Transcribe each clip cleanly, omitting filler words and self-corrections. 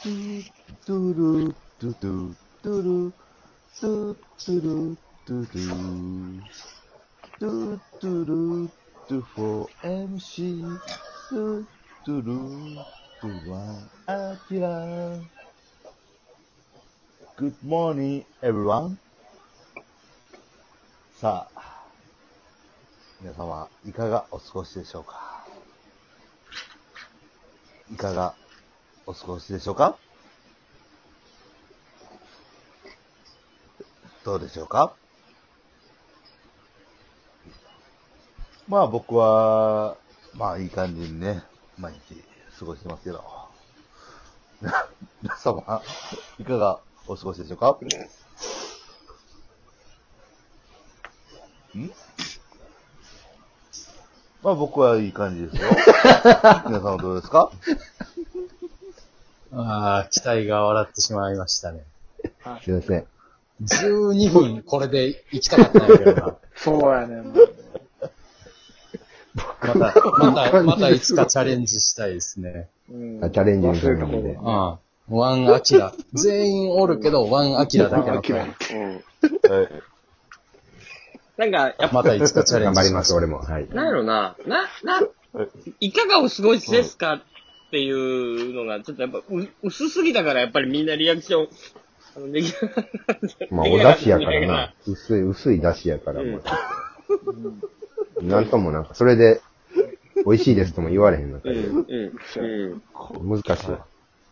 トゥトゥルトゥトゥトゥルトゥトゥルトゥトゥトゥトゥルトゥ 4MC トゥトゥルトゥワンアキラ Good morning everyone さあ皆様いかがお過ごしでしょうか。いかがお過ごしでしょうか。どうでしょうか。まあ僕はまあいい感じにね毎日過ごしてますけど皆様いかがお過ごしでしょうか。まあ僕はいい感じですよ。皆様どうですか。 ああ、期待が笑ってしまいましたね。 すいません。 12分これで行きたかったんやけどな。 そうやねん。 またいつかチャレンジしたいですね。 うん、 チャレンジにするところで。 ワンアキラ。全員おるけど、ワンアキラだけの回。 なんか、やっぱ、 またいつかチャレンジ頑張ります、俺も。はい。 なんやろな、いかがお過ごしですかっていうのが、ちょっとやっぱ、薄すぎたから、やっぱりみんなリアクション、できなかった。 まあ、お出汁やからな。薄い出汁やから、もう。なんともなんか、それで、美味しいですとも言われへんのか。難しいわ。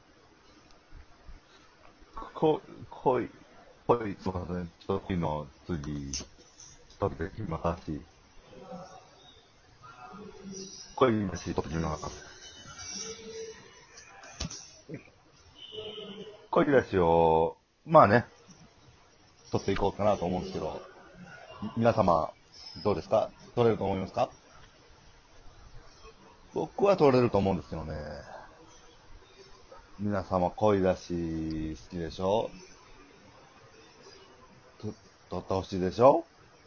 濃い、そうですね。時の次、取ってきますし。濃い飯、取ってきます。濃い飯を、まあね、取っていこうかなと思うんですけど、皆様、どうですか。取れると思いますか。僕は取れると思うんですよね。皆様、濃いだし好きでしょ。取ってほしいでしょ。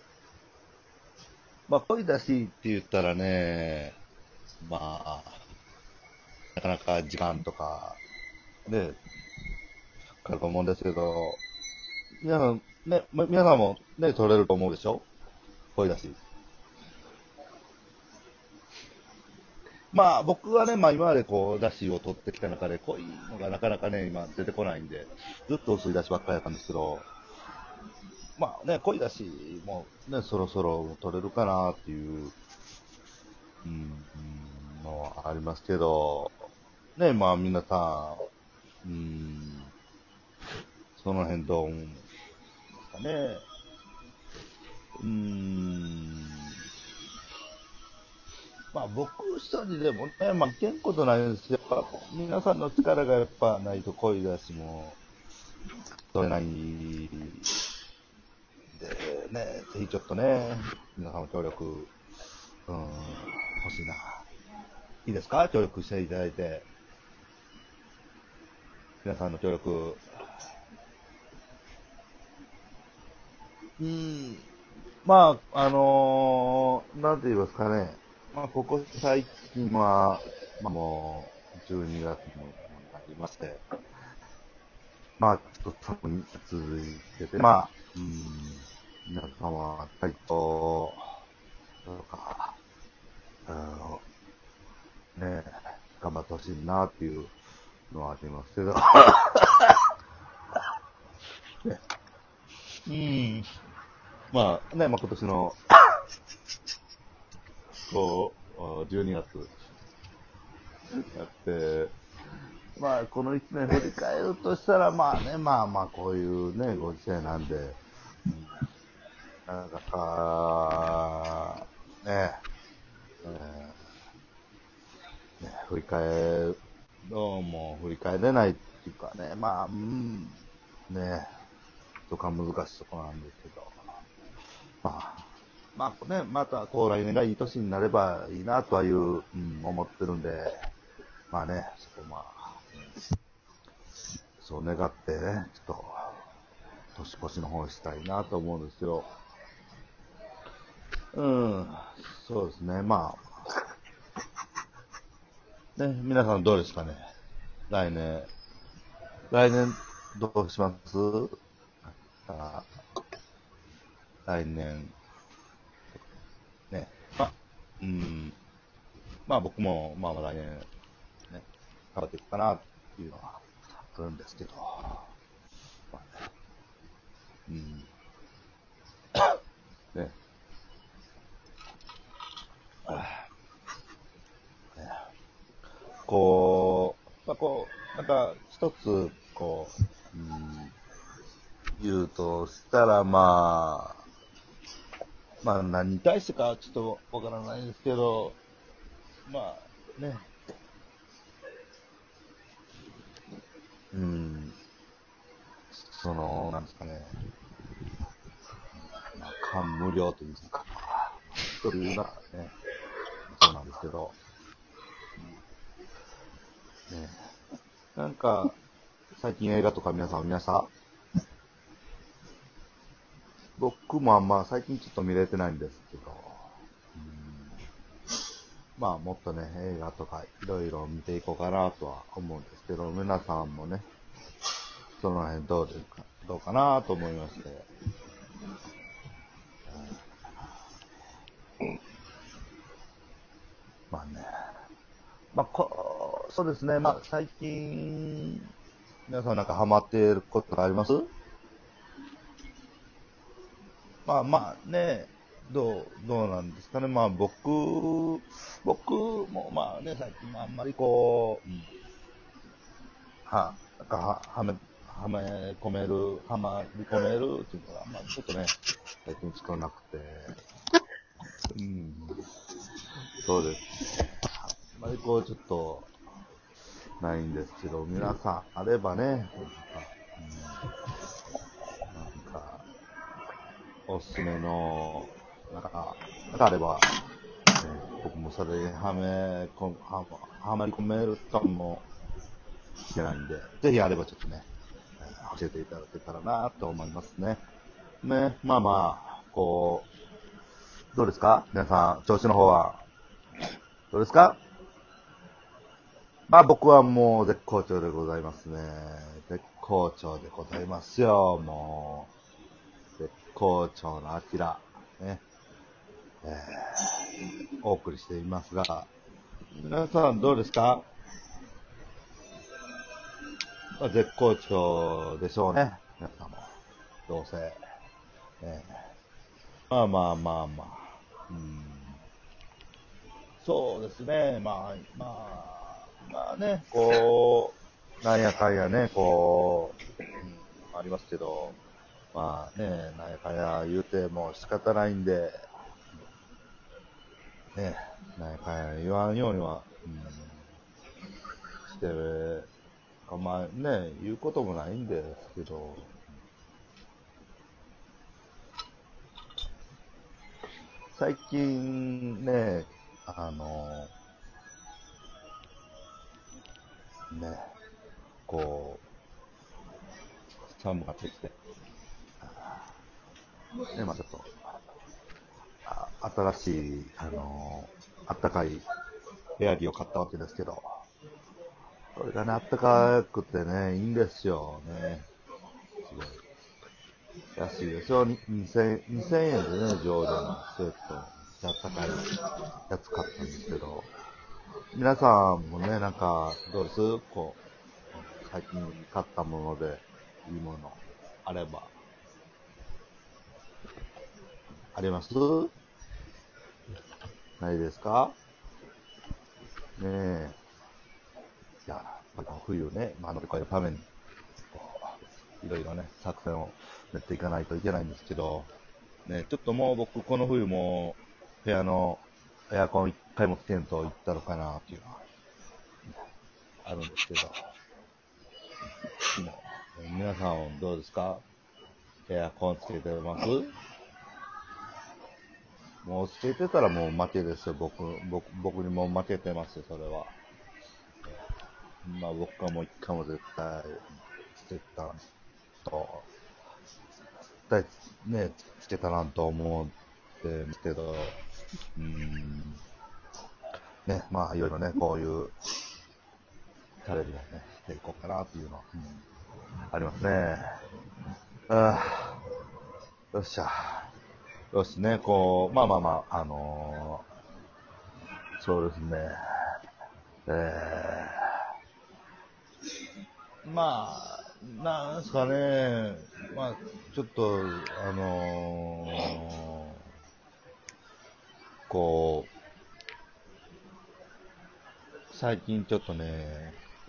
まあ、濃いだしって言ったらね、まあ、なかなか時間とか、ね、かかると思うんですけど、皆さん、ね、皆さんもね、取れると思うでしょ。濃いだし。まあ僕はね、まあ今までこう、だしを取ってきた中で濃いのがなかなかね、今出てこないんで、ずっと薄いだしばっかりやったんですけど、まあね、濃いだしもね、そろそろ取れるかなっていう、のはありますけど、ね、まあ皆さん、その辺どうですかね。まあ僕一人でもね、まあいけんことないですよ。やっぱ皆さんの力がやっぱないと恋だしも取れないんでね、ぜひちょっとね、皆さんの協力、欲しいな。いいですか、協力していただいて。皆さんの協力。まあ、なんて言いますかね。まあ、ここ最近は、まあもう、12月になりまして、まあ、ちょっと寒い続いてて、まあ、皆様、体調、とか、ね、頑張ってほしいなっていうのはありますけど、まあね、まあ今年の、こう、12月やって、まあこの1年振り返るとしたら、まあね、まあこういうね、ご時世なんで、なんかさ、ね、振り返るのも振り返れないっていうかね、まあ、ね、とか難しいとこなんですけど、まあね、またこう来年がいい年になればいいなとはいう、思ってるんで、まあね、そこそう願ってね、ちょっと、年越しの方したいなと思うんですけど、そうですね、まあ、ね、皆さんどうですかね、来年、 来年どうしますあ来年、ね。うん。まあ僕も、まあ来年、ね、頑張っていくかなっていうのはあるんですけど。まあね、うん。ね。こう、まあこう、なんか一つ、こう、言うとしたら、まあ何に対してかちょっとわからないんですけど、まあね、うん、なんですかね、まあ、感無量というんですか、というのはね、そうなんですけど、ね、なんか、最近映画とか皆さん見ました？僕もあんま最近ちょっと見れてないんですけど、まあもっとね、映画とかいろいろ見ていこうかなとは思うんですけど、皆さんもね、その辺どうかなと思いまして。まあね、そうですね、まあ最近、皆さんなんかハマっていることがあります？まあね、どうなんですかね。まあ僕もまあね、最近もあんまりこう、なんかはまり込めるっていうのが、まあちょっとね、最近少なくて、うん、そうです。あんまりこうちょっと、ないんですけど、皆さんあればね、なんか、おすすめの、なんかあれば、僕もそれにはまり込めるかもしれないんで、ぜひあればちょっとね、教えていただけたらなと思いますね。ね、どうですか皆さん、調子の方は、どうですか？まあ僕はもう絶好調でございますね。絶好調でございますよ、もう。絶好調のアキラ。ね。お送りしていますが、皆さんどうですか？まあ、絶好調でしょうね。皆さんも。どうせ。まあ。そうですね。まあね、なんやかんやね、ありますけど、まあね、なんやかんや言うても仕方ないんで、ね、なんやかんや言わんようには、して、まあね、言うこともないんですけど、最近ね、あの、ね、こ寒くなってきて、まあちょっと、新しい、あったかい部屋着を買ったわけですけど、それがね、あったかくてね、いいんですよね。すごい。安いでしょ？ 2000円でね、ジョーダンのスウェット、めっちゃあったかいやつ買ったんですけど、皆さんもね、なんか、どうです最近買ったもので、いいもの、あれば、ありますないですか？ねえ。いや、冬ね、乗り越えるために、いろいろね、作戦を練っていかないといけないんですけど、ね、ちょっともう僕、この冬も、部屋のエアコン一回もつけんと言ったのかなっていうのは、あるんですけど、皆さんどうですか？エアコンつけてます？もうつけてたらもう負けですよ、僕にも負けてますよ、それは。まあ僕はもう一回も絶対つけたと、絶対ね、つけたなんと思ってるんですけど、ね、まあいろいろね、こういうチャレンジをね、していこうかなっていうのは、 ありますね。ああ、よっしゃ。よしね、こう、まあまあまあ、そうですね。まあ、なんですかね、まあ、ちょっと、こう、最近ちょっとね、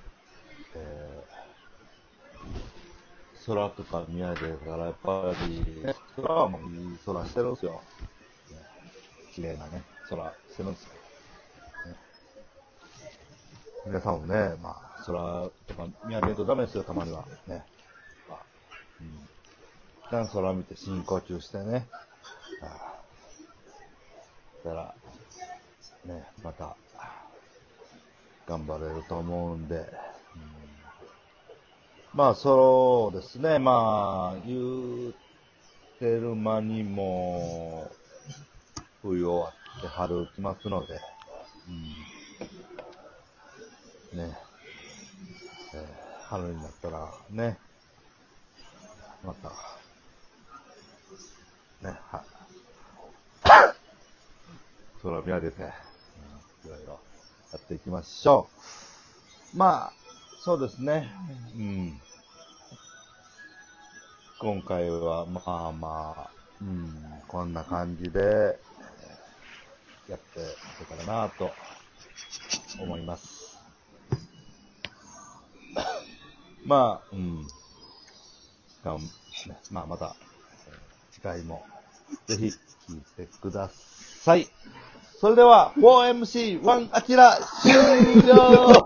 空とか見上げてから、やっぱり、ね、空はもういい空してるんですよ。ね、綺麗なね、空してるんですよ。ね、皆さんもね、まあ、空とか見上げるとダメですよ、たまには。ね。まあ、一旦空見て深呼吸してね。そしたら、ね、また、頑張れると思うんで、まあ、そうですね、まあ、言うてる間にも、冬終わって春来ますので、ね、春になったらね、また、ね、空見上げて、いろいろやっていきましょう。まあ、そうですね、今回はまあまあ、こんな感じでやっていけたらなと思います。まあ、まあまた、次回もぜひ聞いてください。それでは、4MC1 アキラ終了